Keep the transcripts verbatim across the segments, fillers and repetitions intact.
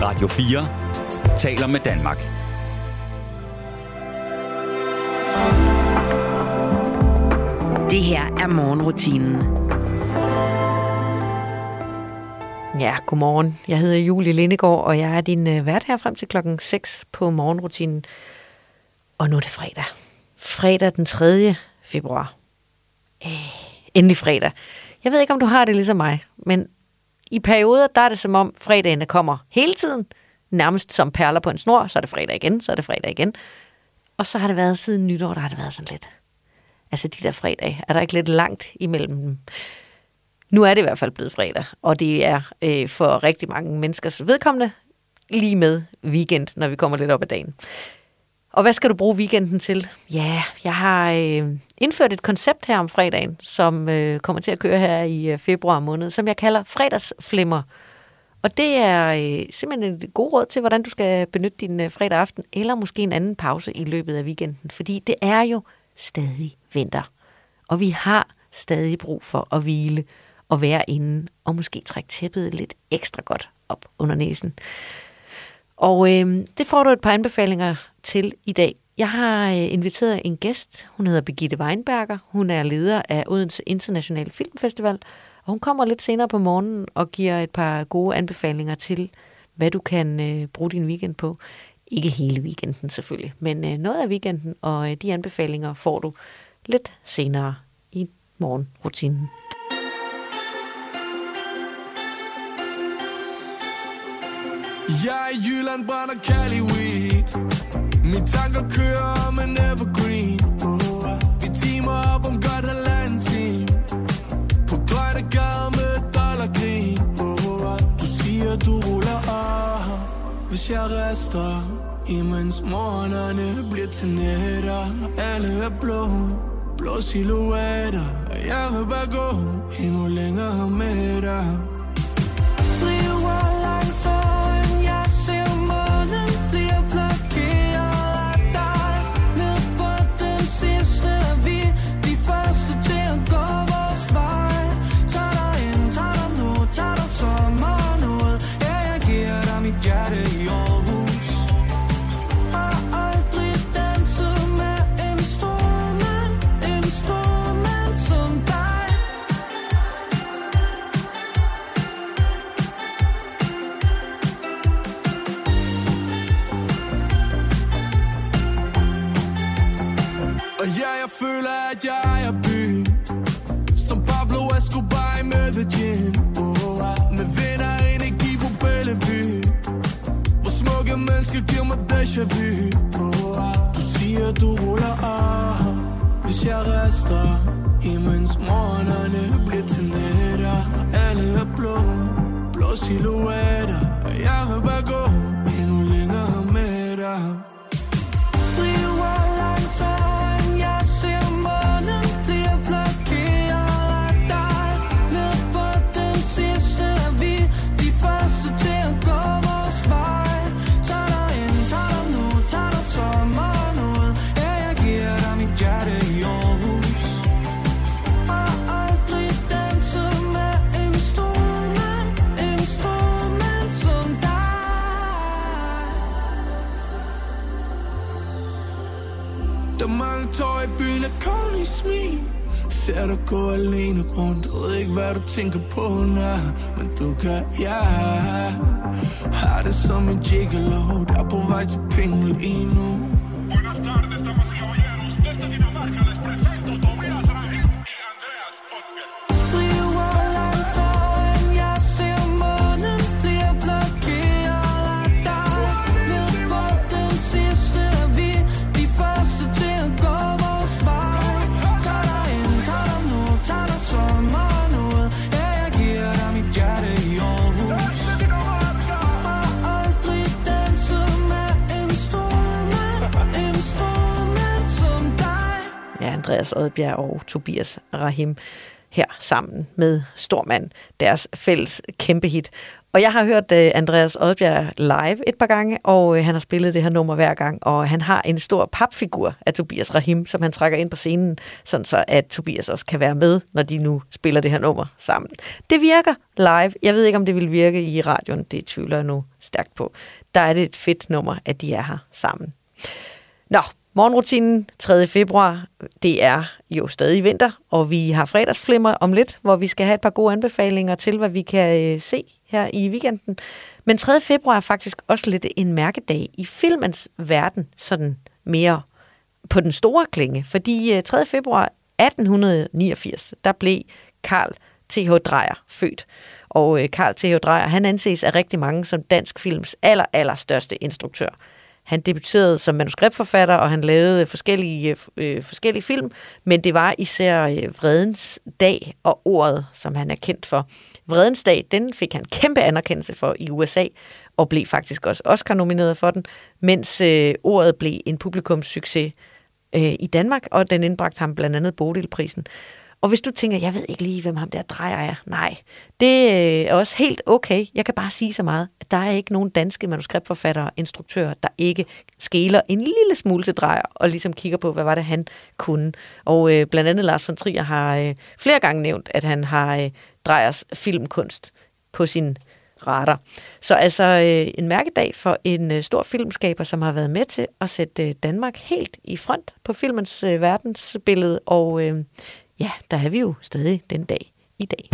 Radio fire taler med Danmark. Det her er morgenrutinen. Ja, godmorgen. Jeg hedder Julie Lindegaard, og jeg er din øh, vært her frem til klokken seks på morgenrutinen. Og nu er det fredag. Fredag den tredje februar. Øh, endelig fredag. Jeg ved ikke, om du har det ligesom mig, men i perioder, der er det som om fredagene kommer hele tiden. Nærmest som perler på en snor, så er det fredag igen, så er det fredag igen. Og så har det været siden nytår, der har det været sådan lidt. Altså de der fredag, er der ikke lidt langt imellem dem? Nu er det i hvert fald blevet fredag, og det er øh, for rigtig mange menneskers vedkommende lige med weekend, når vi kommer lidt op ad dagen. Og hvad skal du bruge weekenden til? Ja, jeg har øh, indført et koncept her om fredagen, som øh, kommer til at køre her i øh, februar måned, som jeg kalder fredagsflimmer. Og det er øh, simpelthen et godt råd til, hvordan du skal benytte din øh, fredag aften, eller måske en anden pause i løbet af weekenden. Fordi det er jo stadig vinter, og vi har stadig brug for at hvile og være inde, og måske trække tæppet lidt ekstra godt op under næsen. Og øh, det får du et par anbefalinger til i dag. Jeg har øh, inviteret en gæst. Hun hedder Birgitte Weinberger. Hun er leder af Odense Internationale Filmfestival, og hun kommer lidt senere på morgenen og giver et par gode anbefalinger til, hvad du kan øh, bruge din weekend på. Ikke hele weekenden selvfølgelig, men øh, noget af weekenden, og øh, de anbefalinger får du lidt senere i morgenrutinen. Jeg er i Jylland, brænder Cali weed. Mine tanker kører om en evergreen. Oh, vi teamer op om godt halvanden time. På grønne gader med dollargrin. Oh, du siger du ruller af, hvis jeg rester. Imens morgenerne bliver til nætter. Alle er blå, blå silhuetter. Og jeg vil bare gå endnu længere med dig. Driver langsomt, jeg ser månen bliver blokeret af dig. Ned på den sidste er vi de første til at gå vores vej. Tag dig ind, tag dig nu, tag dig sommeren ud. Ja, jeg giver dig mit hjerte i Aarhus. Har aldrig danset med en stor mand, en stor mand som dig. Og ja, jeg føler, at jeg ejer byen. Som Pablo Escobar i Medellin. Oh, med vinder energi på Bellevue. Hvor smukke mennesker giver mig déjà vu. Oh, du siger, du ruller af, hvis jeg rester. Imens morgenerne bliver til nætter. Alle er blå, blå silhuetter. Og jeg vil bare gå endnu længere med dig. Driver langsomt, jeg ser månen bliver blokeret af dig. Ned på den sidste er vi de første til at gå vores vej. Tag dig ind, tag dig nu, tag dig sommeren ud. Ja, jeg giver dig mit hjerte i Aarhus. Har aldrig danset med en stor mand, en stor mand som dig. Der er mange tår i byen af Connie smil. Ser dig gå alene rundt. Ved ikke hvad du tænker på, nej. Men du kan, ja. Har det som en gigolo. Der er på vej til penge lige nu. Buenas tardes, damas y caballeros. Desde Dinamarca les presento Tobias Rahim y Andreas Ottbjørn. Driver langsomt, jeg ser månen bliver blokeret af dig. Ned på den sidste er vi de første til at gå vores vej. Tag dig ind, tag dig nu, tag dig sommeren ud. Ja, jeg giver dig mit hjerte i Aarhus. Har aldrig danset med en stor mand, en stor mand som dig. Ja, Andreas Oddbjerg og Tobias Rahim her sammen med Stormand, deres fælles kæmpe hit. Og jeg har hørt uh, Andreas Odbjerg live et par gange, og uh, han har spillet det her nummer hver gang, og han har en stor papfigur af Tobias Rahim, som han trækker ind på scenen, sådan så at Tobias også kan være med, når de nu spiller det her nummer sammen. Det virker live. Jeg ved ikke, om det vil virke i radioen. Det tvivler jeg nu stærkt på. Der er det et fedt nummer, at de er her sammen. Nå, morgenrutinen tredje februar, det er jo stadig vinter, og vi har fredagsflimmer om lidt, hvor vi skal have et par gode anbefalinger til, hvad vi kan øh, se her i weekenden. Men tredje februar er faktisk også lidt en mærkedag i filmens verden, sådan mere på den store klinge, fordi øh, tredje februar atten niogfirs, der blev Carl T H. Dreyer født. Og øh, Carl T H. Dreyer, han anses af rigtig mange som dansk films aller, aller største instruktør. Han debuterede som manuskriptforfatter, og han lavede forskellige, øh, forskellige film, men det var især øh, Vredens Dag og Ordet, som han er kendt for. Vredens Dag, den fik han kæmpe anerkendelse for i U S A, og blev faktisk også Oscar-nomineret for den, mens øh, Ordet blev en publikumssucces øh, i Danmark, og den indbragte ham blandt andet Bodilprisen. Og hvis du tænker, jeg ved ikke lige, hvem ham der Dreyer er. Nej, det er også helt okay. Jeg kan bare sige så meget, at der er ikke nogen danske manuskriptforfattere og instruktører, der ikke skeler en lille smule til Dreyer og ligesom kigger på, hvad var det, han kunne. Og øh, blandt andet Lars von Trier har øh, flere gange nævnt, at han har øh, Dreyers filmkunst på sin radar. Så altså øh, en mærkedag for en øh, stor filmskaber, som har været med til at sætte øh, Danmark helt i front på filmens øh, verdensbillede, og øh, ja, der er vi jo stadig den dag i dag.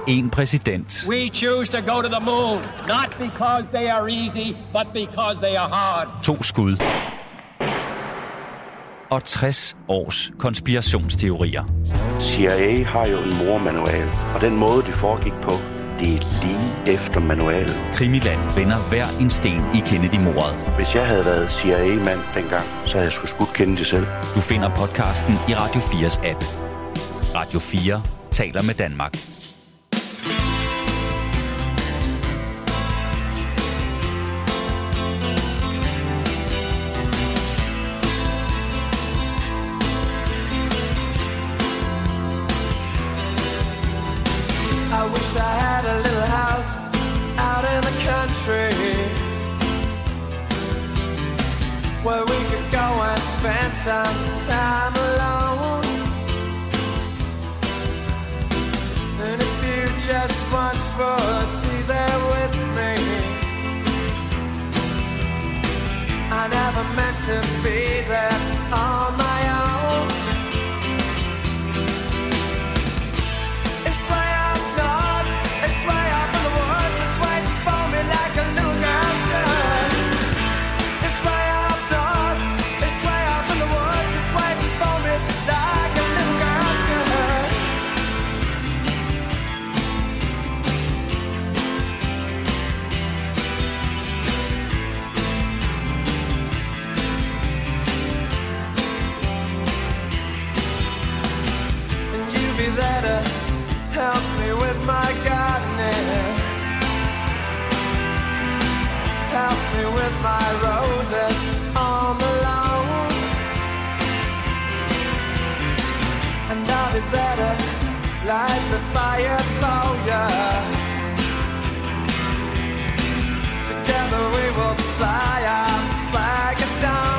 En præsident. We choose to go to the moon, not because they are easy, but because they are hard. To skud. Og tres års konspirationsteorier. C I A har jo en mormanual, og den måde, det foregik på, det er lige efter manualen. Krimiland vender hver en sten i Kennedy-mordet. Hvis jeg havde været C I A-mand dengang, så havde jeg sgu skudt Kennedy selv. Du finder podcasten i Radio fires app. Radio fire taler med Danmark. I wish I had a little house out in the country where we could go and spend some time alone. And if you just once would be there with me, I never meant to be there on my own. Help me with my gardening. Help me with my roses on the lawn. And I'll be there to light the fire for ya. Together we will fly our flag at dawn.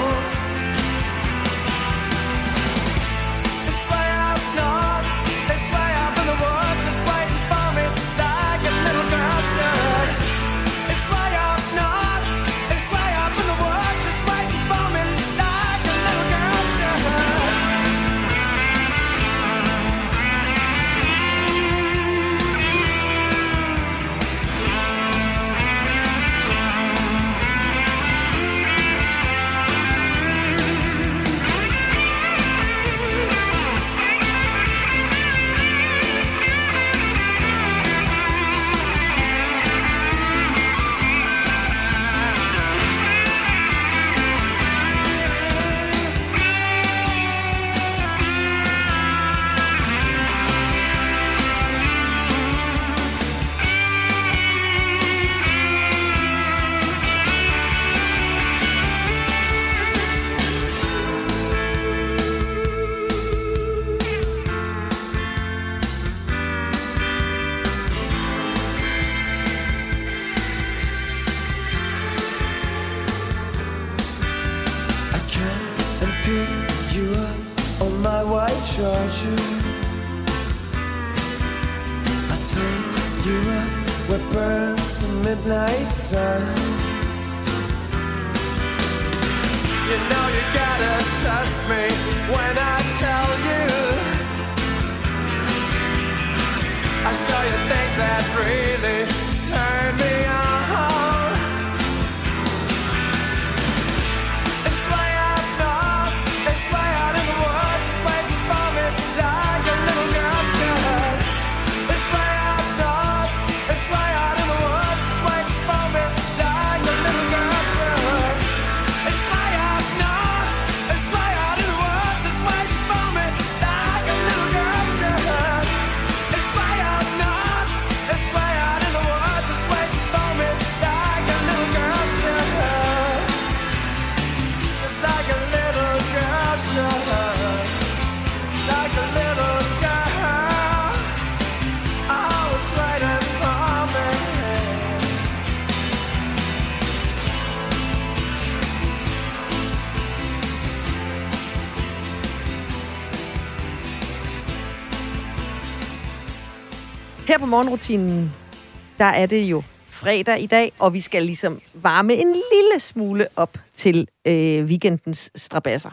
Her på morgenrutinen, der er det jo fredag i dag, og vi skal ligesom varme en lille smule op til øh, weekendens strabasser.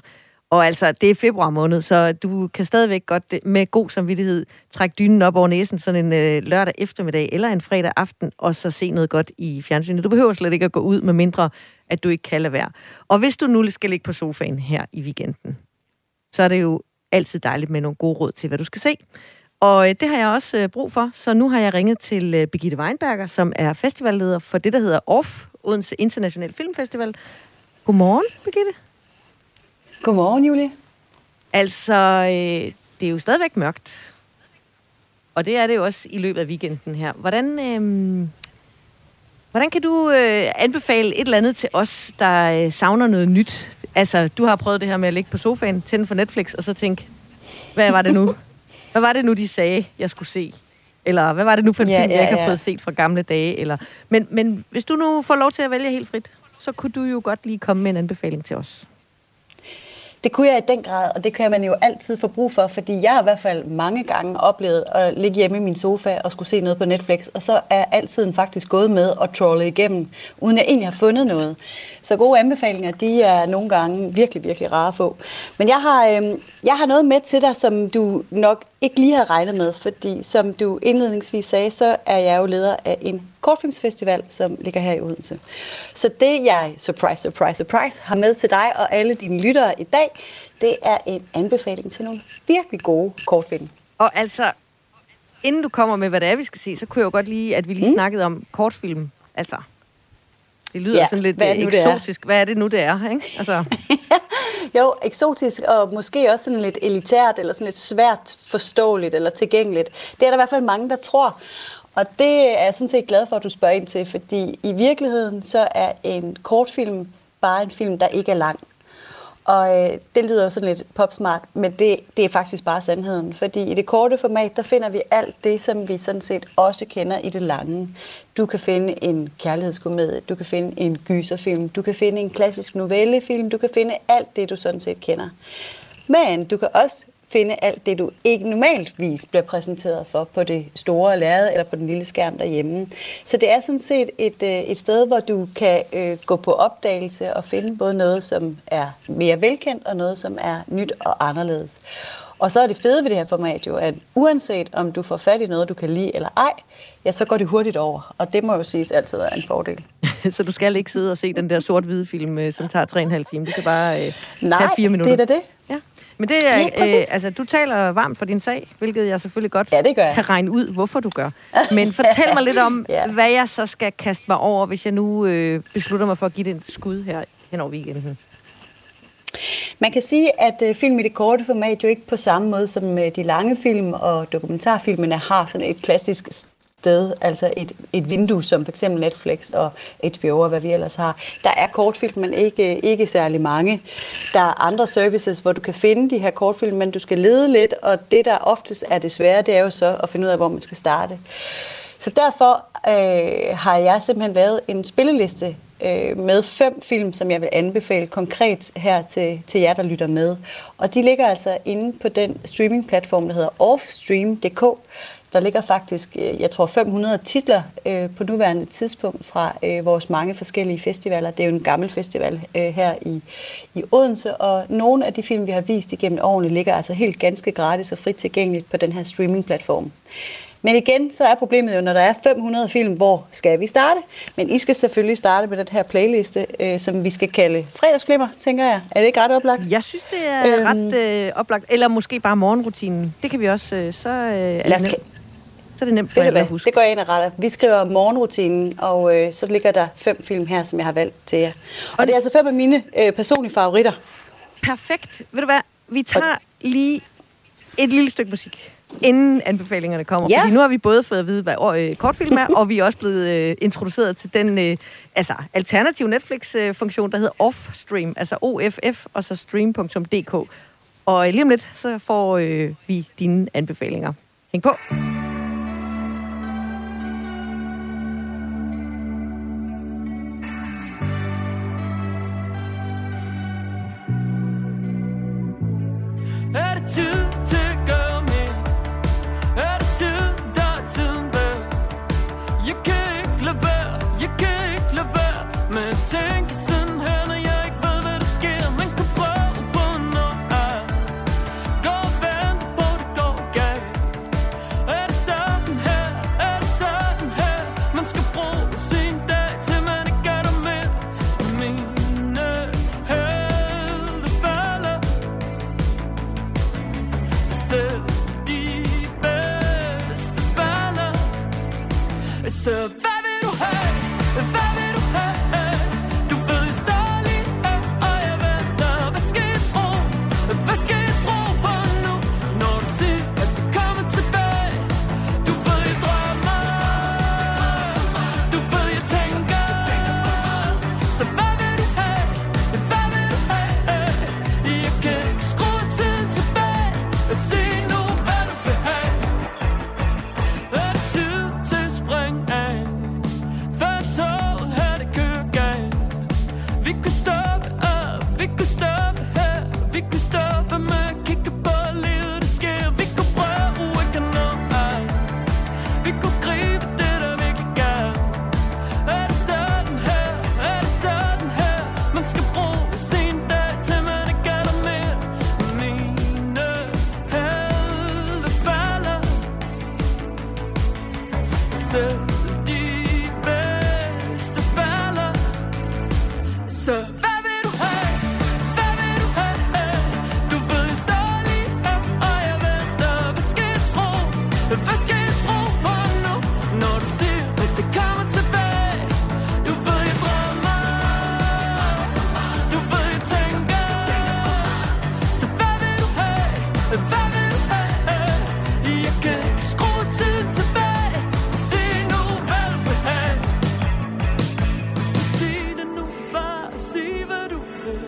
Og altså, det er februar måned, så du kan stadigvæk godt med god samvittighed trække dynen op over næsen sådan en øh, lørdag eftermiddag eller en fredag aften, og så se noget godt i fjernsynet. Du behøver slet ikke at gå ud, med mindre at du ikke kan lade være. Og hvis du nu skal ligge på sofaen her i weekenden, så er det jo altid dejligt med nogle gode råd til, hvad du skal se. Og øh, det har jeg også øh, brug for, så nu har jeg ringet til øh, Birgitte Weinberger, som er festivalleder for det, der hedder O F F, Odense International Filmfestival. Godmorgen, Birgitte. Godmorgen, Julie. Altså, øh, det er jo stadigvæk mørkt. Og det er det jo også i løbet af weekenden her. Hvordan, øh, hvordan kan du øh, anbefale et eller andet til os, der øh, savner noget nyt? Altså, du har prøvet det her med at ligge på sofaen, tænde for Netflix, og så tænke, hvad var det nu? Hvad var det nu, de sagde, jeg skulle se? Eller hvad var det nu for en ja, film, ja, jeg ikke har ja. fået set fra gamle dage? Eller... Men, men hvis du nu får lov til at vælge helt frit, så kunne du jo godt lige komme med en anbefaling til os. Det kunne jeg i den grad, og det kan man jo altid få brug for, fordi jeg har i hvert fald mange gange oplevet at ligge hjemme i min sofa og skulle se noget på Netflix, og så er altid faktisk gået med og trolle igennem, uden jeg egentlig har fundet noget. Så gode anbefalinger, de er nogle gange virkelig, virkelig rare at få. Men jeg har, øh, jeg har noget med til dig, som du nok ikke lige har regnet med, fordi som du indledningsvis sagde, så er jeg jo leder af en kortfilmsfestival, som ligger her i Odense. Så det, jeg, surprise, surprise, surprise, har med til dig og alle dine lyttere i dag, det er en anbefaling til nogle virkelig gode kortfilm. Og altså, inden du kommer med, hvad det er, vi skal se, så kunne jeg jo godt lide, at vi lige mm. snakkede om kortfilm. Altså, det lyder ja, sådan lidt hvad eksotisk. Hvad er det nu, det er? Ikke? Altså. Jo, eksotisk og måske også sådan lidt elitært, eller sådan lidt svært forståeligt eller tilgængeligt. Det er der i hvert fald mange, der tror. Og det er jeg sådan set glad for, at du spørger ind til, fordi i virkeligheden så er en kortfilm bare en film, der ikke er lang. Og øh, det lyder jo sådan lidt popsmart, men det, det er faktisk bare sandheden. Fordi i det korte format, der finder vi alt det, som vi sådan set også kender i det lange. Du kan finde en kærlighedskomedie, du kan finde en gyserfilm, du kan finde en klassisk novellefilm, du kan finde alt det, du sådan set kender. Men du kan også finde alt det, du ikke normaltvis bliver præsenteret for på det store lærred eller på den lille skærm derhjemme. Så det er sådan set et, et sted, hvor du kan øh, gå på opdagelse og finde både noget, som er mere velkendt og noget, som er nyt og anderledes. Og så er det fede ved det her format jo, at uanset om du får fat i noget, du kan lide eller ej, ja, så går det hurtigt over. Og det må jo siges altid være en fordel. Så du skal ikke sidde og se den der sort-hvide film, som tager tre og en halv time. Du kan bare øh, Nej, tage fire minutter. Nej, det er da det. Ja. Men det er, ja, øh, altså, du taler varmt for din sag, hvilket jeg selvfølgelig godt ja, kan regne ud, hvorfor du gør. Men fortæl mig lidt om, ja. hvad jeg så skal kaste mig over, hvis jeg nu øh, beslutter mig for at give det en skud her hen over weekenden. Man kan sige, at øh, film i det korte format jo ikke på samme måde som øh, de lange film og dokumentarfilmene har sådan et klassisk sted, altså et, et vindue, som for eksempel Netflix og H B O og hvad vi ellers har. Der er kortfilm, men ikke, ikke særlig mange. Der er andre services, hvor du kan finde de her kortfilm, men du skal lede lidt, og det, der oftest er det svære, det er jo så at finde ud af, hvor man skal starte. Så derfor øh, har jeg simpelthen lavet en spilleliste øh, med fem film, som jeg vil anbefale konkret her til, til jer, der lytter med. Og de ligger altså inde på den streamingplatform, der hedder offstream punktum d k. Der ligger faktisk, jeg tror, fem hundrede titler øh, på nuværende tidspunkt fra øh, vores mange forskellige festivaler. Det er jo en gammel festival øh, her i, i Odense, og nogle af de film, vi har vist igennem årene, ligger altså helt ganske gratis og frit tilgængeligt på den her streamingplatform. Men igen, så er problemet jo, når der er fem hundrede film, hvor skal vi starte? Men I skal selvfølgelig starte med den her playliste, øh, som vi skal kalde fredagsflimmer, tænker jeg. Er det ikke ret oplagt? Jeg synes, det er øhm, ret øh, oplagt. Eller måske bare morgenrutinen. Det kan vi også, øh, så, øh, er det nemt. så er det nemt for alle at huske. Det går jeg ind og retter. Vi skriver morgenrutinen, og øh, så ligger der fem film her, som jeg har valgt til jer. Og, og det er altså fem af mine øh, personlige favoritter. Perfekt. Ved du hvad? Vi tager lige et lille stykke musik, inden anbefalingerne kommer. Ja. Fordi nu har vi både fået at vide, hvad øh, kortfilm er, og vi er også blevet øh, introduceret til den øh, altså, alternative Netflix-funktion, der hedder Offstream, altså O F F, og så stream punktum d k. Og lige om lidt, så får øh, vi dine anbefalinger. Hæng på! Er det tid til at gøre mere? Er det tid, der er tiden værd? Jeg kan ikke lade være, jeg kan ikke lade være med at tænke sådan her, når jeg ikke ved, hvad der sker. Man kan prøve på noget Så hvad vil du have? Hvad vil du have? Du ved, jeg står lige her, og jeg venter. Hvad skal jeg tro? Hvad skal jeg tro på nu? Når du siger, at du kommer tilbage. Du ved, jeg drømmer. Du ved, jeg tænker. Så hvad vil du have? Hvad vil du have? Jeg kan ikke skrue tiden tilbage. Og sig nu, hvad du vil have. Er det tid til at springe af? Før toget her, det kører galt. Vi kunne stoppe op, vi kunne stoppe her. Vi kunne stoppe med at kigge på livet, det sker. Vi kunne prøve ikke at nå alt. Vi kunne gribe det, der virkelig gør. Er det sådan her? Er det sådan her? Man skal bruge sin dag til, man ikke gør der mere. Mine helte falder. Selv de bedste falder. Så hvad vil du have? Hvad vil du have? Du ved, jeg står lige her, og jeg venter. Hvad skal jeg tro? Hvad skal jeg tro på nu? Når du siger, at det kommer tilbage. Du ved, jeg drømmer. Du ved, jeg tænker. Så hvad vil du have? Hvad vil du have? Jeg kan ikke skrue tiden tilbage. Sig nu, hvad du vil have. Så sig det nu bare. Sig, hvad du vil.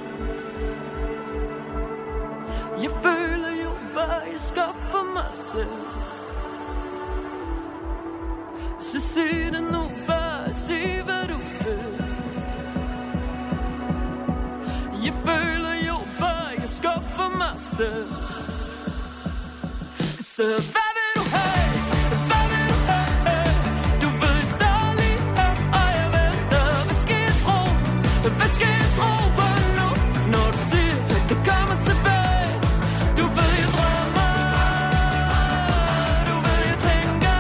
Jeg føler jo bare, jeg skaffer mig selv. Så sig det nu bare. Sig, hvad du vil. Jeg føler jo bare, jeg skaffer mig selv. Så hvad vil du have? Hvad vil du have? Du ved, jeg står lige her, og jeg venter. Hvad skal jeg tro? Hvad skal jeg tro på nu? Når du siger, at det kommer tilbage. Du ved, jeg drømmer. Du ved, jeg tænker.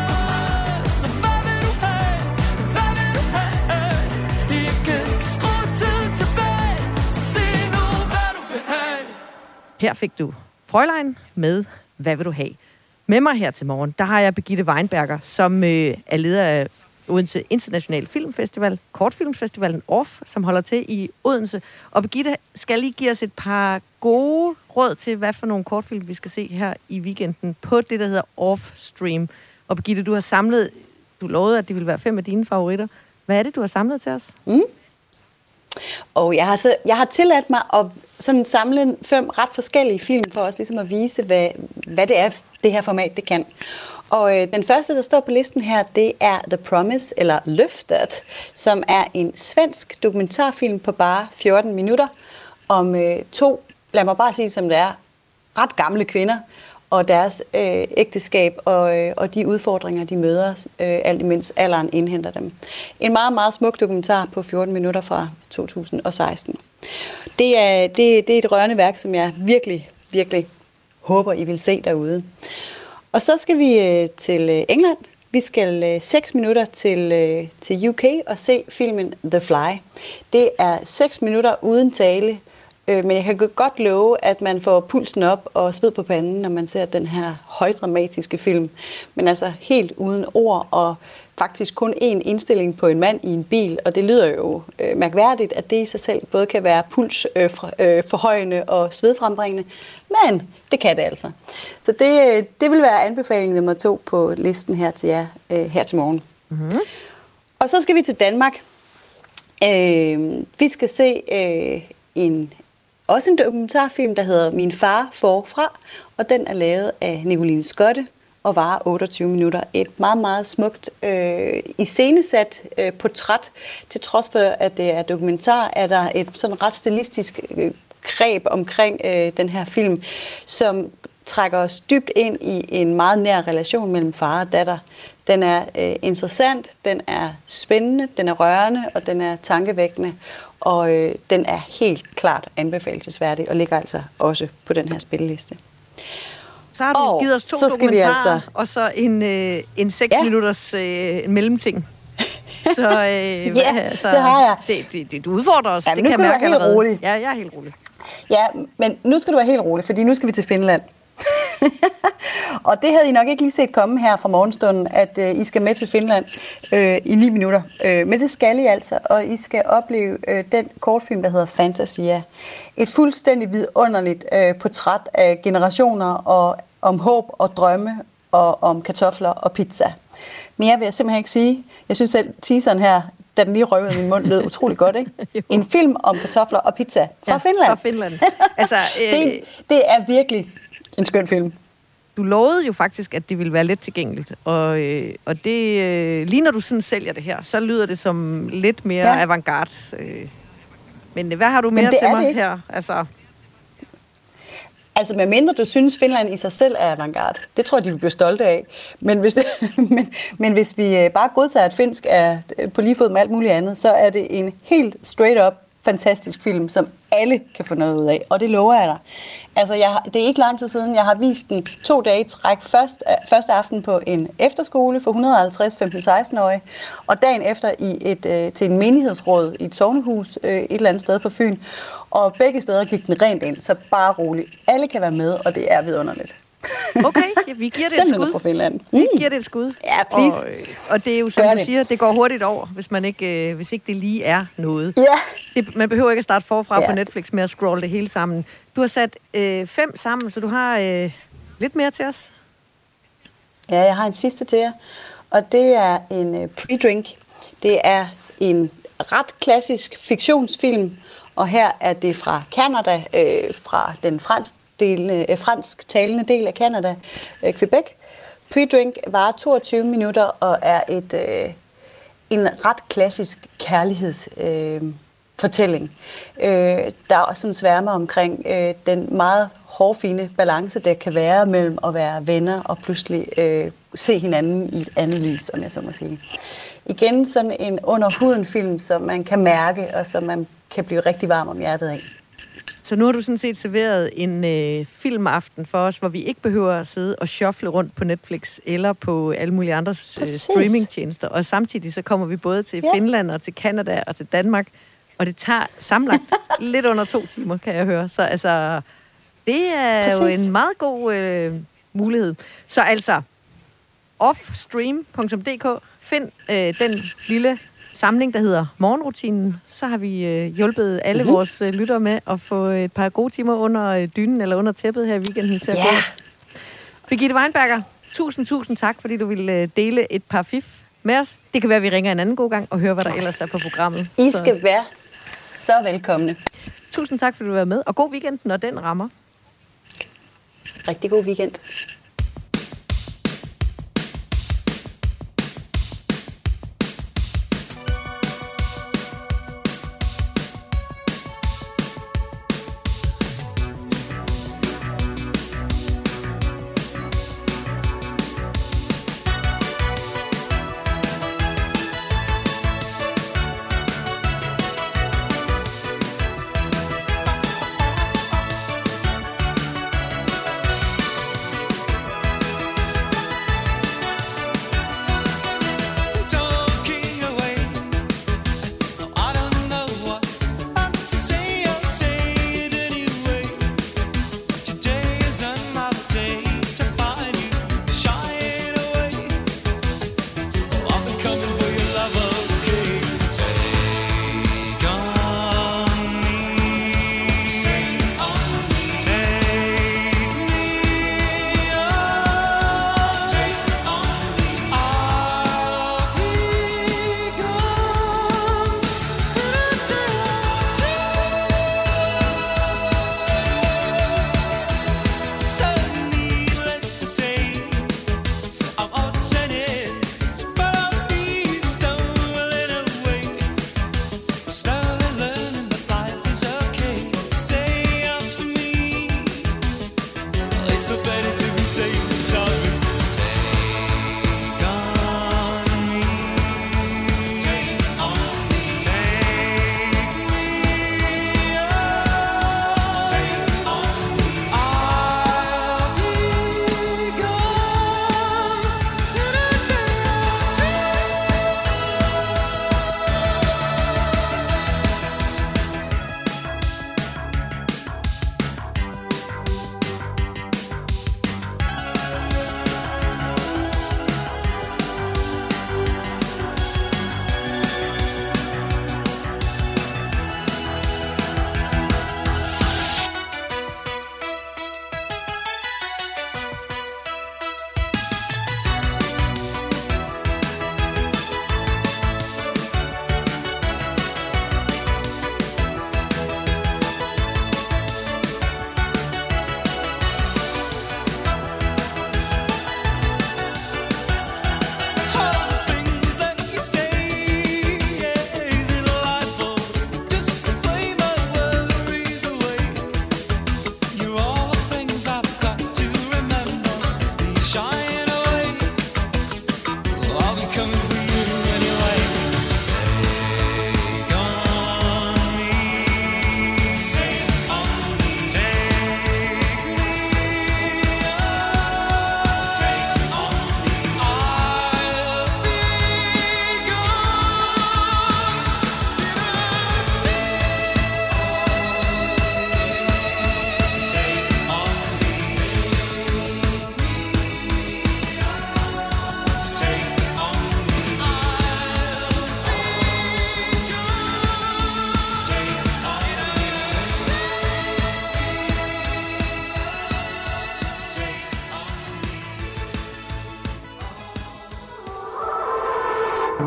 Så hvad vil du have? Hvad vil du have? Jeg kan ikke skrue tiden tilbage. Sig nu, hvad du vil have. Her fik du Frølein med Hvad vil du have? Med mig her til morgen, der har jeg Birgitte Weinberger, som øh, er leder af Odense International Filmfestival, Kortfilmsfestivalen O F F, som holder til i Odense. Og Birgitte skal lige give os et par gode råd til, hvad for nogle kortfilm, vi skal se her i weekenden på det, der hedder Off-Stream. Og Birgitte, du har samlet, du lovede, at det ville være fem af dine favoritter. Hvad er det, du har samlet til os? Mm. Og jeg har, så, jeg har tilladt mig at sådan samle fem ret forskellige film for os ligesom at vise, hvad, hvad det er, det her format det kan. Og øh, den første, der står på listen her, det er The Promise, eller Løftet, som er en svensk dokumentarfilm på bare fjorten minutter om øh, to, lad mig bare sige som det er, ret gamle kvinder og deres øh, ægteskab og, øh, og de udfordringer, de møder, øh, alt imens alderen indhenter dem. En meget, meget smuk dokumentar på fjorten minutter fra to tusind og seksten. Det er, det, det er et rørende værk, som jeg virkelig, virkelig håber, I vil se derude. Og så skal vi øh, til England. Vi skal øh, seks minutter til, øh, til U K og se filmen The Fly. Det er seks minutter uden tale, øh, men jeg kan godt love, at man får pulsen op og sved på panden, når man ser den her højdramatiske film. Men altså helt uden ord og faktisk kun én indstilling på en mand i en bil, og det lyder jo øh, mærkværdigt, at det i sig selv både kan være puls øh, for, øh, forhøjende og svedfrembringende, men det kan det altså. Så det, det vil være anbefaling nummer to på listen her til jer øh, her til morgen. Mm-hmm. Og så skal vi til Danmark. Øh, vi skal se øh, en også en dokumentarfilm, der hedder Min far forfra, og den er lavet af Nicoline Skotte og varer otteogtyve minutter. Et meget, meget smukt øh, iscenesat øh, portræt. Til trods for, at det er dokumentar, er der et sådan ret stilistisk øh, greb omkring øh, den her film, som trækker os dybt ind i en meget nær relation mellem far og datter. Den er øh, interessant, den er spændende, den er rørende, og den er tankevækkende. Og øh, den er helt klart anbefalelsesværdig, og ligger altså også på den her spilleliste. Så har du og givet os to så dokumentarer, altså og så en, øh, en seks ja. minutters øh, mellemting. Så øh, ja, hvad, altså, det har jeg. Det, det, det, du udfordrer os, ja, det kan kan jeg mærke allerede. Rolig. Ja, jeg er helt rolig. Ja, men nu skal du være helt rolig, fordi nu skal vi til Finland. Og det havde I nok ikke lige set komme her fra morgenstunden, at øh, I skal med til Finland øh, i ni minutter. Øh, men det skal I altså, og I skal opleve øh, den kortfilm, der hedder Fantasia. Et fuldstændig vidunderligt øh, portræt af generationer og om håb og drømme og om kartofler og pizza. Mere vil jeg simpelthen ikke sige. Jeg synes selv, teaseren her, da den lige røvede i min mund, lød utrolig godt, ikke? En film om kartofler og pizza fra ja, Finland. Fra Finland. Altså, øh, det, det er virkelig en skøn film. Du lovede jo faktisk, at det ville være let tilgængeligt, og, øh, og det, øh, lige når du sådan sælger det her, så lyder det som lidt mere ja. avantgarde. Øh. Men hvad har du mere til mig her? Altså... Altså, med mindre du synes, Finland i sig selv er avantgarde. Det tror jeg, de vil blive stolte af. Men hvis, men, men hvis vi bare godtager, at finsk er på lige fod med alt muligt andet, så er det en helt straight up fantastisk film, som alle kan få noget ud af. Og det lover jeg dig. Altså, jeg, det er ikke lang tid siden, jeg har vist den to dage i træk. Først, første aften på en efterskole for et hundrede og halvtreds femten-seksten-årige, og dagen efter i et, øh, til en menighedsråd i et sognehus øh, et eller andet sted på Fyn. Og begge steder gik den rent ind, så bare roligt. Alle kan være med, og det er vidunderligt. Okay, ja, vi giver det et skud. Fra Finland. Mm. Vi giver det et skud. Ja, please. Og, og det er jo, som Gør du det. siger, det går hurtigt over, hvis, man ikke, øh, hvis ikke det lige er noget. Ja. Det, man behøver ikke at starte forfra ja. på Netflix med at scrolle det hele sammen. Du har sat øh, fem sammen, så du har øh, lidt mere til os. Ja, jeg har en sidste til jer. Og det er en uh, pre-drink. Det er en ret klassisk fiktionsfilm, og her er det fra Canada, øh, fra den fransk, del, øh, fransk talende del af Canada, øh, Quebec. Pre-drink varer toogtyve minutter og er et, øh, en ret klassisk kærlighedsfortælling. Øh, fortælling. øh, der er også en sværme omkring øh, den meget hårfine balance, der kan være mellem at være venner og pludselig øh, se hinanden i et andet lys, om jeg så må sige. Igen sådan en under-huden-film, som man kan mærke, og som man kan blive rigtig varm om hjertet af. Så nu har du sådan set serveret en øh, filmaften for os, hvor vi ikke behøver at sidde og shuffle rundt på Netflix eller på alle mulige andre øh, streamingtjenester. Og samtidig så kommer vi både til ja. Finland og til Canada og til Danmark, og det tager sammenlagt lidt under to timer, kan jeg høre. Så altså, det er Præcis. jo en meget god øh, mulighed. Så altså, offstream punktum d k, find øh, den lille samling, der hedder Morgenrutinen. Så har vi øh, hjulpet alle uh-huh. vores øh, lyttere med at få et par gode timer under øh, dynen eller under tæppet her i weekenden til at yeah. gå. Birgitte Weinberger, tusind, tusind tak, fordi du ville øh, dele et par fif med os. Det kan være, at vi ringer en anden god gang og hører, hvad der ellers er på programmet. I så. skal være så velkomne. Tusind tak, fordi du var med, og god weekend, når den rammer. Rigtig god weekend.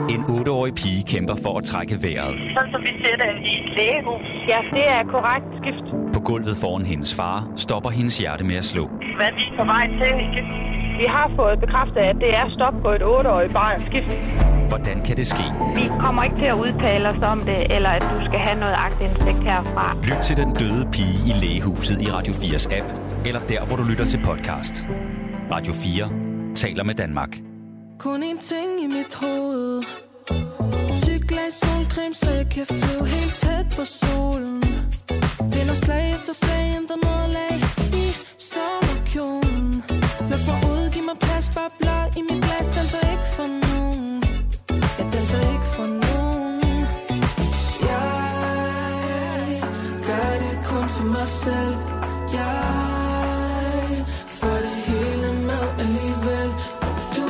En otteårig pige kæmper for at trække vejret. Sådan som vi ser det i et lægehus. Ja, det er korrekt skift. På gulvet foran hendes far stopper hendes hjerte med at slå. Hvad er vi på vej til? Vi har fået bekræftet, at det er stop på et otteårigt barns skift. Hvordan kan det ske? Vi kommer ikke til at udtale os om det, eller at du skal have noget aktindsigt herfra. Lyt til Den døde pige i lægehuset i Radio fires app, eller der, hvor du lytter til podcast. Radio fire taler med Danmark. Kun en ting i mit hoved. Tyk lag solcreme, så jeg kan flyve helt tæt på solen. Vinder slag efter slag, ændrer nederlag i sommerkjolen. Luk mig ud, giv mig plads, bare blot i mit glas. Danser ikke for nogen. Jeg danser ikke for nogen. Jeg gør det kun for mig selv. Jeg får det hele med alligevel. Du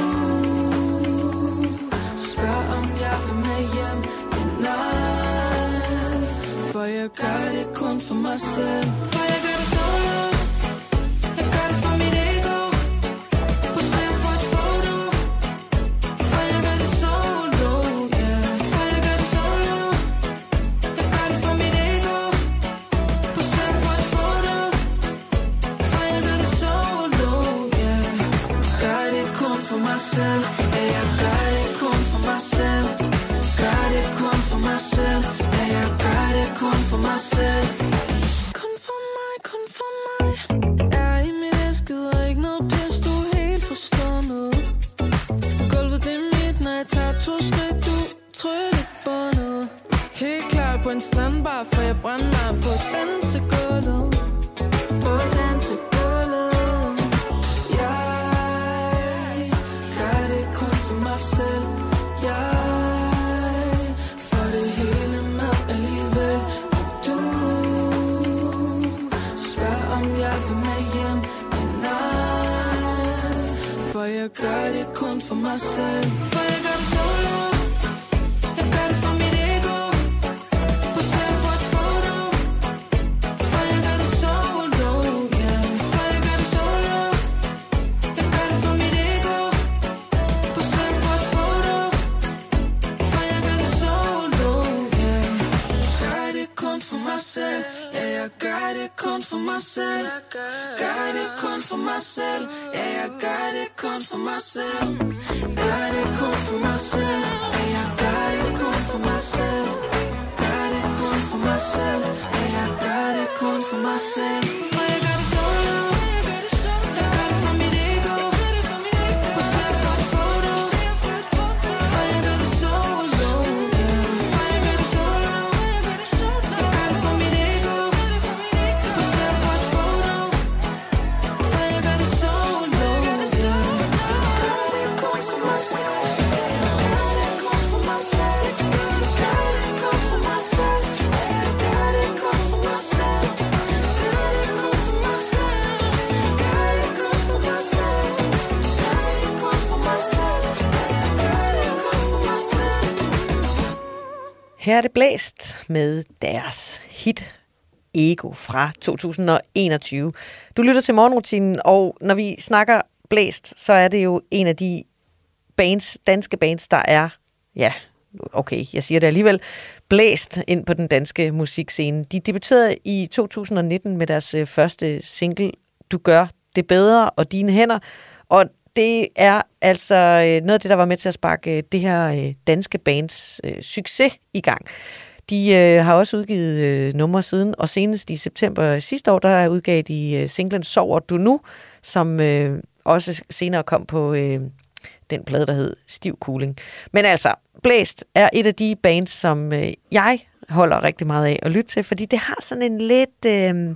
spørger om jeg vil med hjem. Men nej, for jeg gør det kun for mig selv. For jeg gør det solo. Jeg gør det for mit ego. Poserer for et foto. For jeg gør det solo, yeah. For jeg gør det solo. Jeg gør det for mit ego. Poserer for et foto. For jeg gør det solo, yeah. Gør det kun for mig selv. Ja, jeg gør det kun for mig selv. Gør det kun for mig selv. Ja, jeg gør det kun for mig selv. Kun for mig, kun for mig. Jeg er i mit elskede og ikke noget pis, du er helt forstummet. Gulvet det er mit, når jeg tager to skridt, du trykker båndet. Helt klar på en strandbar, for jeg brænder mig på dansegulvet. På dansegulvet. Jeg gør det kun for mig selv. Jeg får det hele med alligevel. Du spørger om jeg vil med hjem. Men nej, for jeg gør det kun for mig selv. For jeg gør det solo. Jeg gør det for mit ego. Poserer for et foto. For jeg gør det solo, yeah. For jeg gør det solo. Jeg gør det for mit ego. Poserer for et foto. For jeg gør det solo, yeah. Gør det kun for mig selv. Ja, jeg gør det kun for mig selv. Gør det kun for mig selv. Ja, jeg gør det kun for mig selv. Gør det kun for mig selv. Ja, jeg gør det kun for mig selv. Gør det kun for mig selv. Ja, jeg gør det kun for mig selv. For jeg gør det solo. Jeg gør det for mit ego. Poserer for et foto. For jeg gør det solo, yeah. For jeg gør det solo. Jeg gør det for mit ego. Poserer for et foto. For jeg gør det solo, yeah. Gør det kun for mig selv. Gør det kun for mig selv. Gør det kun for mig selv. Gør det kun for mig selv. Gør det kun for mig selv. Gør det kun for mig selv. Gør det kun for mig selv. Gør det kun for mig selv. Her er det Blæst med deres hit Ego fra to tusind og enogtyve. Du lytter til morgenrutinen, og når vi snakker Blæst, så er det jo en af de bands, danske bands, der er, ja, okay, jeg siger det alligevel, blæst ind på den danske musikscene. De debuterede i to tusind og nitten med deres øh, første single, Du gør det bedre og dine hænder, og det er altså øh, noget af det, der var med til at sparke øh, det her øh, danske bands øh, succes i gang. De øh, har også udgivet øh, numre siden, og senest i september sidste år, der udgav de øh, singlen Sover du nu, som øh, også senere kom på øh, den plade, der hed Stiv Cooling. Men altså, Blæst er et af de bands, som øh, jeg holder rigtig meget af at lytte til, fordi det har sådan en lidt øh,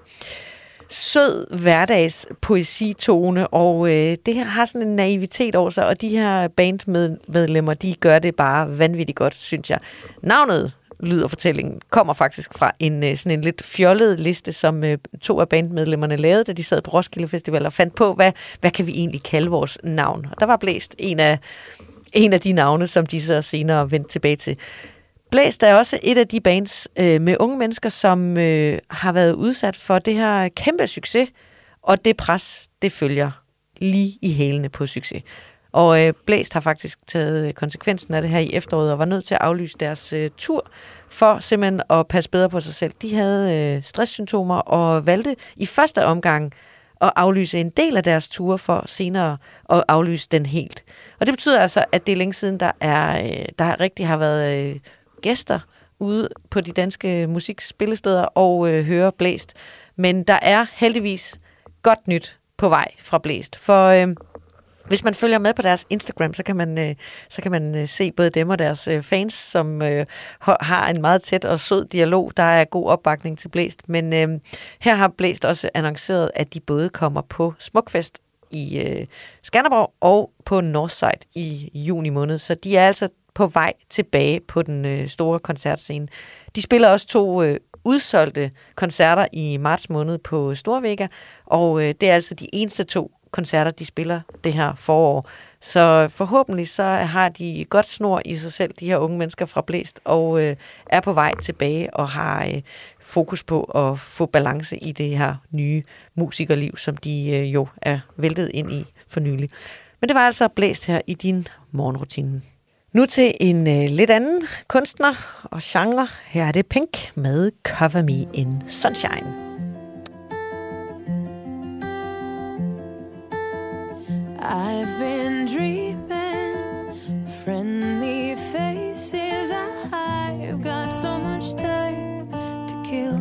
sød hverdagspoesitone, og øh, det her har sådan en naivitet over sig, og de her bandmedlemmer, de gør det bare vanvittigt godt, synes jeg. Navnet Lyd og Fortælling kommer faktisk fra en sådan en lidt fjollet liste, som øh, to af bandmedlemmerne lavede, da de sad på Roskilde Festival og fandt på, hvad, hvad kan vi egentlig kalde vores navn. Og der var Blæst en af, en af de navne, som de så senere vendte tilbage til. Blæst er også et af de bands øh, med unge mennesker, som øh, har været udsat for det her kæmpe succes, og det pres, det følger lige i hælene på succes. Og øh, Blæst har faktisk taget konsekvensen af det her i efteråret og var nødt til at aflyse deres øh, tur for simpelthen at passe bedre på sig selv. De havde øh, stresssymptomer og valgte i første omgang at aflyse en del af deres ture for senere at aflyse den helt. Og det betyder altså, at det er længe siden, der, er, øh, der rigtig har været øh, gæster ude på de danske musikspillesteder og øh, høre Blæst. Men der er heldigvis godt nyt på vej fra Blæst. For øh, hvis man følger med på deres Instagram, så kan man, øh, så kan man øh, se både dem og deres øh, fans, som øh, har en meget tæt og sød dialog. Der er god opbakning til Blæst. Men øh, her har Blæst også annonceret, at de både kommer på Smukfest i øh, Skanderborg og på Northside i juni måned. Så de er altså på vej tilbage på den øh, store koncertscene. De spiller også to øh, udsolgte koncerter i marts måned på Storvega, og øh, det er altså de eneste to koncerter, de spiller det her forår. Så forhåbentlig så har de godt snor i sig selv, de her unge mennesker fra Blæst, og øh, er på vej tilbage og har øh, fokus på at få balance i det her nye musikerliv, som de øh, jo er væltet ind i for nylig. Men det var altså Blæst her i din morgenrutine. Nu til en øh, lidt anden kunstner og genre. Her er det Pink med Cover Me in Sunshine. I've been dreaming, friendly faces. I've got so much time to kill.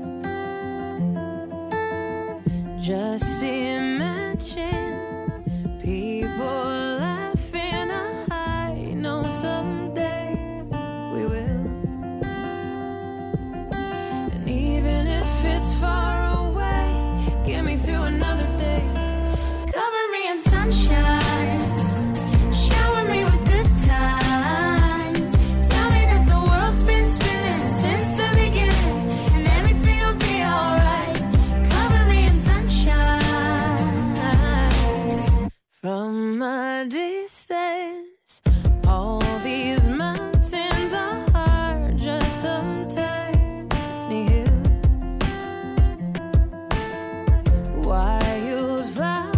Just imagine people laughing. I know someday we will. And even if it's far away, get me through another day. Cover me in sunshine, shower me with good times. Tell me that the world's been spinning since the beginning, and everything will be alright. Cover me in sunshine. From a distance, all these mountains are just some tiny hills. Wildflowers,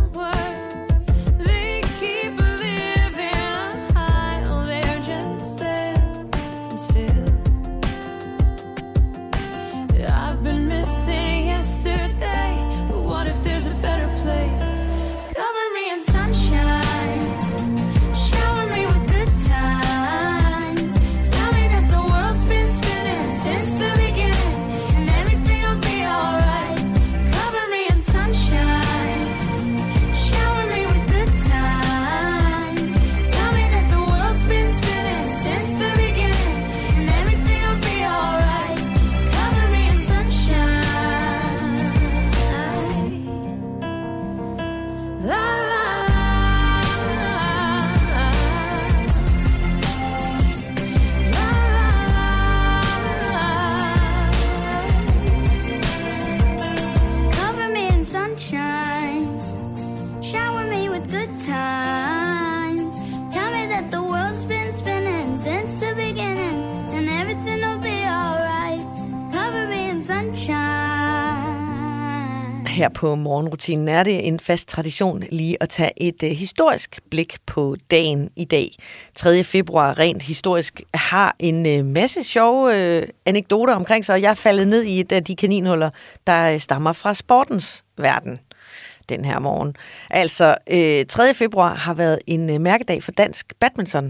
her på morgenrutinen er det en fast tradition lige at tage et uh, historisk blik på dagen i dag. tredje februar rent historisk har en uh, masse sjove uh, anekdoter omkring sig, og jeg er faldet ned i et af de kaninhuller, der uh, stammer fra sportens verden den her morgen. Altså, uh, tredje februar har været en uh, mærkedag for dansk badminton,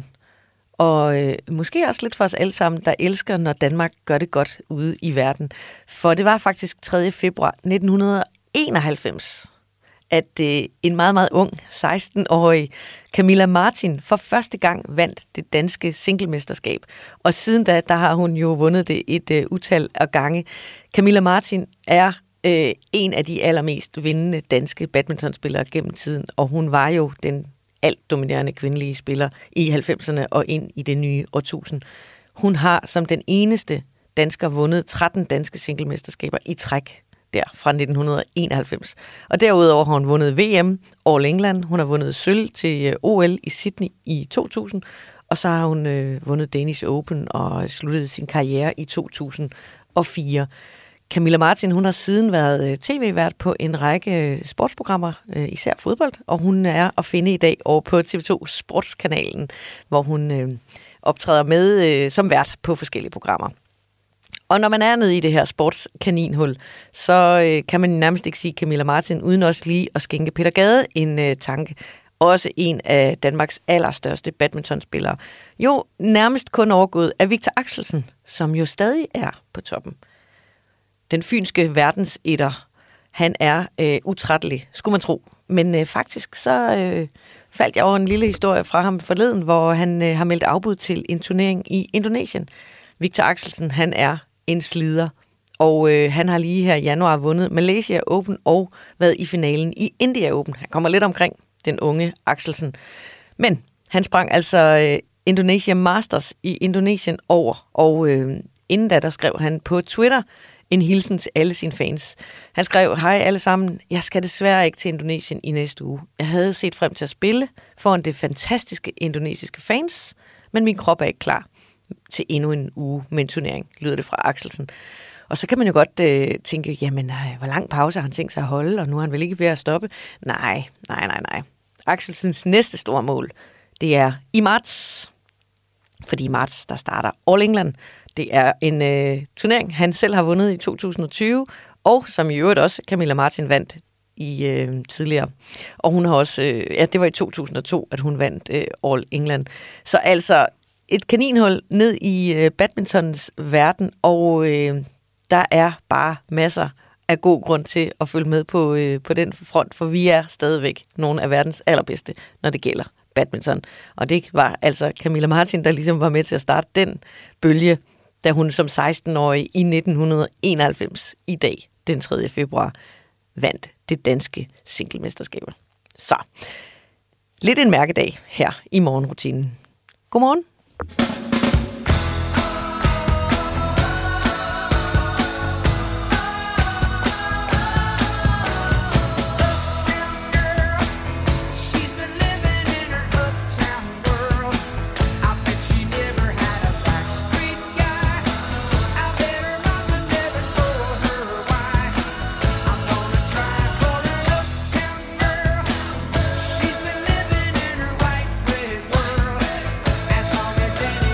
og øh, måske også lidt for os alle sammen, der elsker, når Danmark gør det godt ude i verden. For det var faktisk tredje februar nitten enoghalvfems, at øh, en meget, meget ung, seksten-årig Camilla Martin for første gang vandt det danske singlemesterskab. Og siden da, der har hun jo vundet det et øh, utal af gange. Camilla Martin er øh, en af de allermest vindende danske badmintonspillere gennem tiden, og hun var jo den alt dominerende kvindelige spiller i halvfemserne og ind i det nye årtusind. Hun har som den eneste dansker vundet tretten danske singlemesterskaber i træk der fra nitten enoghalvfems. Og derudover har hun vundet V M All England. Hun har vundet sølv til O L i Sydney i to tusind, og så har hun øh, vundet Danish Open og sluttet sin karriere i to tusind og fire. Camilla Martin, hun har siden været øh, tv-vært på en række øh, sportsprogrammer, øh, især fodbold, og hun er at finde i dag over på T V to Sportskanalen, hvor hun øh, optræder med øh, som vært på forskellige programmer. Og når man er nede i det her sportskaninhul, så øh, kan man nærmest ikke sige Camilla Martin, uden også lige at skænke Peter Gade en øh, tanke. Også en af Danmarks allerstørste badmintonspillere. Jo, nærmest kun overgået af Victor Axelsen, som jo stadig er på toppen. Den fynske verdensetter, han er øh, utrættelig, skulle man tro. Men øh, faktisk så øh, faldt jeg over en lille historie fra ham forleden, hvor han øh, har meldt afbud til en turnering i Indonesien. Victor Axelsen, han er en slider, og øh, han har lige her i januar vundet Malaysia Open og været i finalen i India Open. Han kommer lidt omkring den unge Axelsen. Men han sprang altså øh, Indonesia Masters i Indonesien over, og øh, inden da, der skrev han på Twitter en hilsen til alle sine fans. Han skrev, hej alle sammen, jeg skal desværre ikke til Indonesien i næste uge. Jeg havde set frem til at spille foran det fantastiske indonesiske fans, men min krop er ikke klar til endnu en uge med en turnering, lyder det fra Axelsen. Og så kan man jo godt øh, tænke, jamen, øh, hvor lang pause har han tænkt sig at holde, og nu er han vel ikke ved at stoppe? Nej, nej, nej, nej. Axelsens næste store mål, det er i marts. Fordi i marts, der starter All England. Det er en øh, turnering, han selv har vundet i to tusind og tyve, og som i øvrigt også Camilla Martin vandt i øh, tidligere. Og hun har også, øh, ja, det var i to tusind og to, at hun vandt øh, All England. Så altså et kaninhul ned i øh, badmintons verden, og øh, der er bare masser af god grund til at følge med på, øh, på den front, for vi er stadigvæk nogle af verdens allerbedste, når det gælder badminton. Og det var altså Camilla Martin, der ligesom var med til at starte den bølge, da hun som seksten-årig i nitten enoghalvfems i dag, den tredje februar, vandt det danske singlemesterskaber. Så, lidt en mærkedag her i morgenrutinen. Godmorgen. As long as any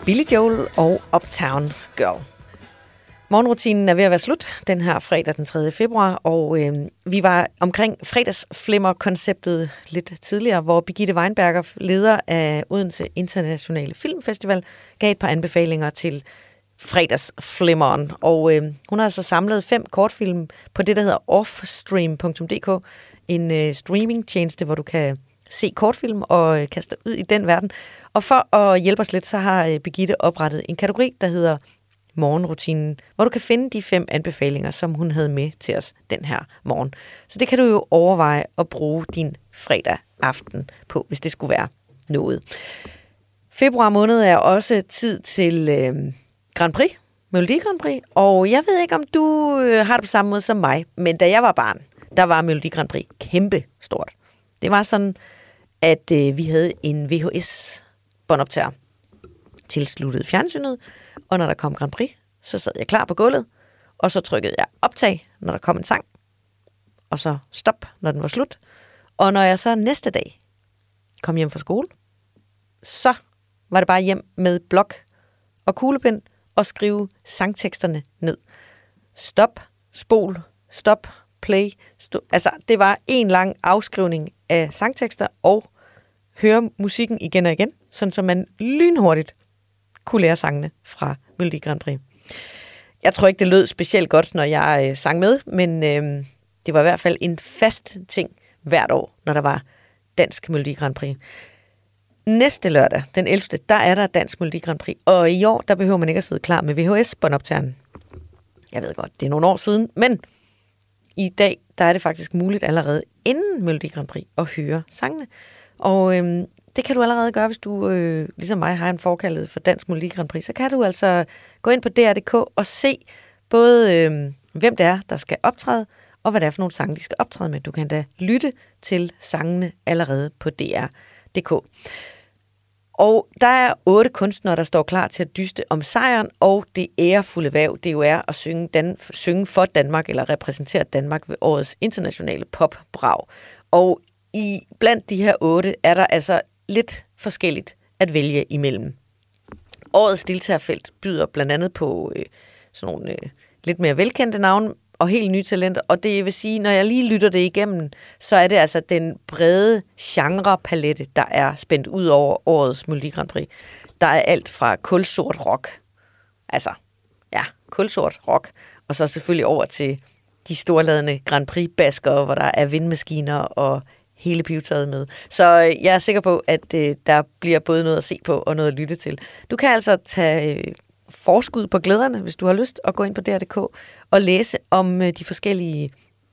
Billy Joel og Uptown Girl. Morgenrutinen er ved at være slut den her fredag den tredje februar, og øh, vi var omkring fredagsflimmer-konceptet lidt tidligere, hvor Birgitte Weinberger, leder af Odense Internationale Filmfestival, gav et par anbefalinger til fredagsflimmeren. Og øh, hun har altså samlet fem kortfilm på det, der hedder offstream punktum d k, en øh, streamingtjeneste, hvor du kan se kortfilm og øh, kaste ud i den verden. Og for at hjælpe os lidt, så har øh, Birgitte oprettet en kategori, der hedder Morgenrutinen, hvor du kan finde de fem anbefalinger, som hun havde med til os den her morgen. Så det kan du jo overveje at bruge din fredag aften på, hvis det skulle være noget. Februar måned er også tid til øh, Grand Prix, Melodi Grand Prix, og jeg ved ikke, om du øh, har det på samme måde som mig, men da jeg var barn, der var Melodi Grand Prix kæmpe stort. Det var sådan, at øh, vi havde en V H S-båndoptager tilsluttet fjernsynet, og når der kom Grand Prix, så sad jeg klar på gulvet, og så trykkede jeg optag, når der kom en sang, og så stop, når den var slut. Og når jeg så næste dag kom hjem fra skole, så var det bare hjem med blok og kuglepen og skrive sangteksterne ned. Stop, spol, stop, play. Sto- altså, det var en lang afskrivning af sangtekster og høre musikken igen og igen, sådan så man lynhurtigt kunne lære sangene fra Melodi Grand Prix. Jeg tror ikke, det lød specielt godt, når jeg øh, sang med, men øh, det var i hvert fald en fast ting hvert år, når der var dansk Melodi Grand Prix. Næste lørdag, den ellevte, der er der dansk Melodi Grand Prix, og i år, der behøver man ikke at sidde klar med V H S-båndoptageren. Jeg ved godt, det er nogle år siden, men i dag, der er det faktisk muligt allerede inden Melodi Grand Prix at høre sangene. Og øh, det kan du allerede gøre, hvis du, øh, ligesom mig, har en forkaldet for dansk Melodi Grand Prix. Så kan du altså gå ind på D R punktum D K og se både, øh, hvem det er, der skal optræde, og hvad det er for nogle sange, de skal optræde med. Du kan da lytte til sangene allerede på D R punktum D K. Og der er otte kunstnere, der står klar til at dyste om sejren, og det ærefulde hverv, det jo er at synge, Dan- synge for Danmark, eller repræsentere Danmark ved årets internationale popbrag. Og i blandt de her otte er der altså lidt forskelligt at vælge imellem. Årets deltagerfelt byder blandt andet på øh, sådan nogle øh, lidt mere velkendte navne og helt nye talenter, og det vil sige, når jeg lige lytter det igennem, så er det altså den brede genrepalette, der er spændt ud over årets Melodi Grand Prix. Der er alt fra kulsort rock, altså ja, kulsort rock, og så selvfølgelig over til de storladende Grand Prix-baskere, hvor der er vindmaskiner og hele pivetøjet med. Så jeg er sikker på, at øh, der bliver både noget at se på og noget at lytte til. Du kan altså tage øh, forskud på glæderne, hvis du har lyst, at gå ind på D R punktum D K og læse om øh, de forskellige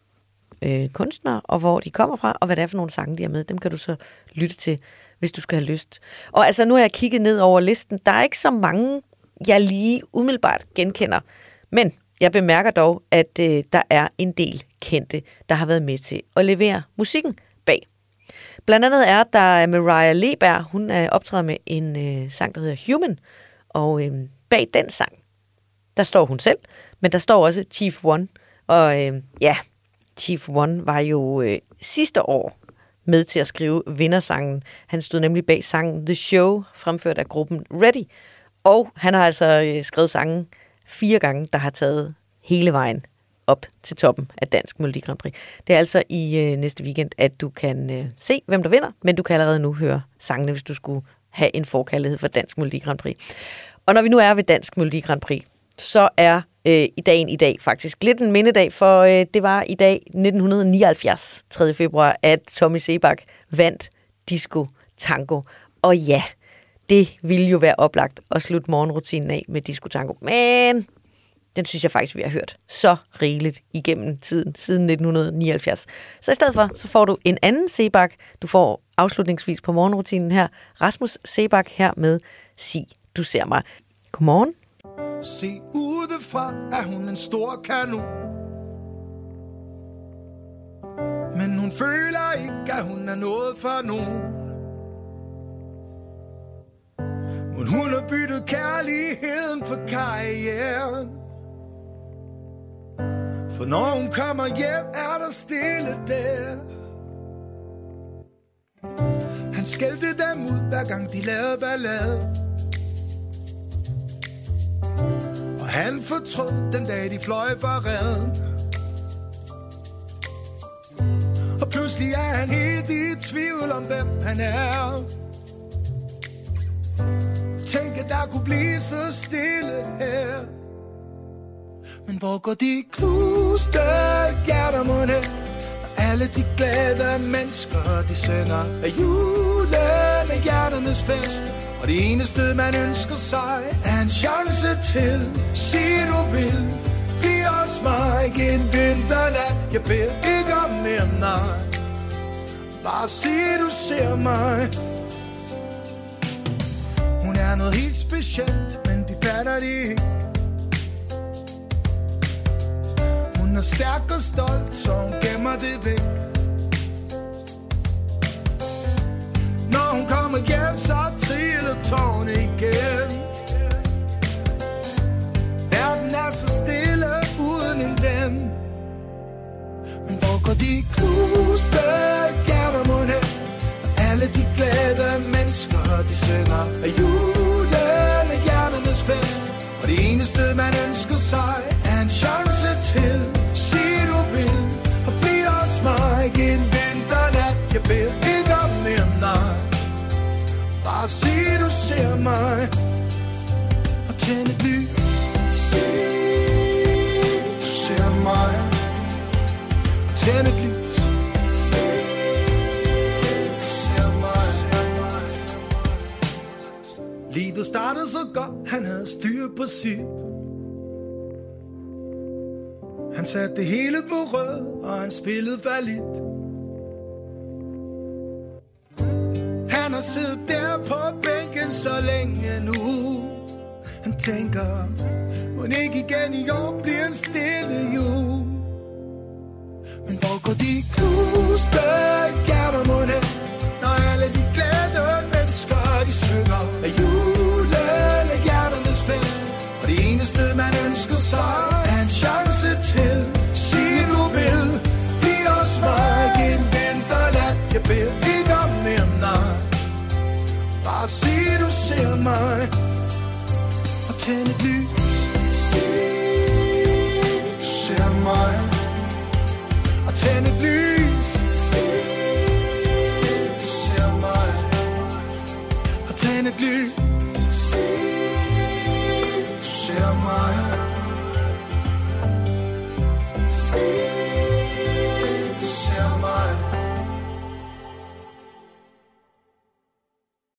øh, kunstnere, og hvor de kommer fra, og hvad det er for nogle sange, de er med. Dem kan du så lytte til, hvis du skal have lyst. Og altså, nu har jeg kigget ned over listen. Der er ikke så mange, jeg lige umiddelbart genkender. Men jeg bemærker dog, at øh, der er en del kendte, der har været med til at levere musikken bag. Blandt andet er der Mariah Leberg. Hun er optræder med en øh, sang, der hedder Human. Og øh, bag den sang, der står hun selv, men der står også Chief One. Og øh, ja, Chief One var jo øh, sidste år med til at skrive vindersangen. Han stod nemlig bag sangen The Show, fremført af gruppen Ready. Og han har altså øh, skrevet sangen fire gange, der har taget hele vejen op til toppen af dansk Melodi Grand Prix. Det er altså i øh, næste weekend, at du kan øh, se, hvem der vinder, men du kan allerede nu høre sangene, hvis du skulle have en forkærlighed for dansk Melodi Grand Prix. Og når vi nu er ved dansk Melodi Grand Prix, så er øh, i dagen i dag faktisk lidt en mindedag, for øh, det var i dag nitten nioghalvfjerds, tredje februar, at Tommy Sebak vandt Disco Tango. Og ja, det ville jo være oplagt at slutte morgenrutinen af med Disco Tango. Men den synes jeg faktisk, vi har hørt så rigeligt igennem tiden, siden nitten nioghalvfjerds. Så i stedet for, så får du en anden Sebak. Du får afslutningsvis på morgenrutinen her, Rasmus Sebak her med Sig, du ser mig. Godmorgen. Se udefra er hun en stor kanon, men hun føler ikke, at hun er noget for nogen. Men hun har byttet kærligheden for karrieren, for når hun kommer hjem, er der stille der. Han skældte dem ud, hver gang de lavede ballade. Han fortrød den dag, de fløj fra redden. Og pludselig er han helt i tvivl om, hvem han er. Tænk, at der kunne blive så stille her. Men hvor går de knuste hjerter mon hen? Alle de glade mennesker, de sender af julen af hjerternes fest. Og det eneste, man ønsker sig, er en chance til. Sig du vil, bliv hos mig en vinterland. Jeg beder ikke om mere, nej. Bare sig du ser mig. Hun er noget helt specielt, men de fatter det ikke. Hun er stærk og stolt, så hun gemmer det væk. Når hun kommer hjem, så triller tårne igen. Verden er så stille uden en ven. Men hvor går de knuste hjerter mon hen? Alle de glade mennesker, de sender af julen af hjerternes fest. Og det eneste, man ønsker sig, er en chance til. Sig du vil, og bliv hos mig en vinternat. Jeg beder ikke om mere, nej. Bare sig du ser mig. Og tænd et lys. Sig du ser mig. Og tænd et lys. Livet startede så godt, han havde styr på sit. Han satte det hele på rød, og han spillede fallit. Han har siddet der på bænken så længe nu. Han tænker, må ikke igen i år bliver en stille jul. Men hvor går de knuste hjerter mon hen? Når alle de glade mennesker, de synger af julen af hjerternes fest. Og det eneste, man ønsker sig, er en chance til. Sig du vil, bliv hos mig en vinterland. Jeg beder ikke om mere, nej. Bare sig du ser mig. Og tænd et lys. Sig du ser mig. Og tænd et lys. Sig du ser mig. Og tænd et lys. Sig du ser mig. Sig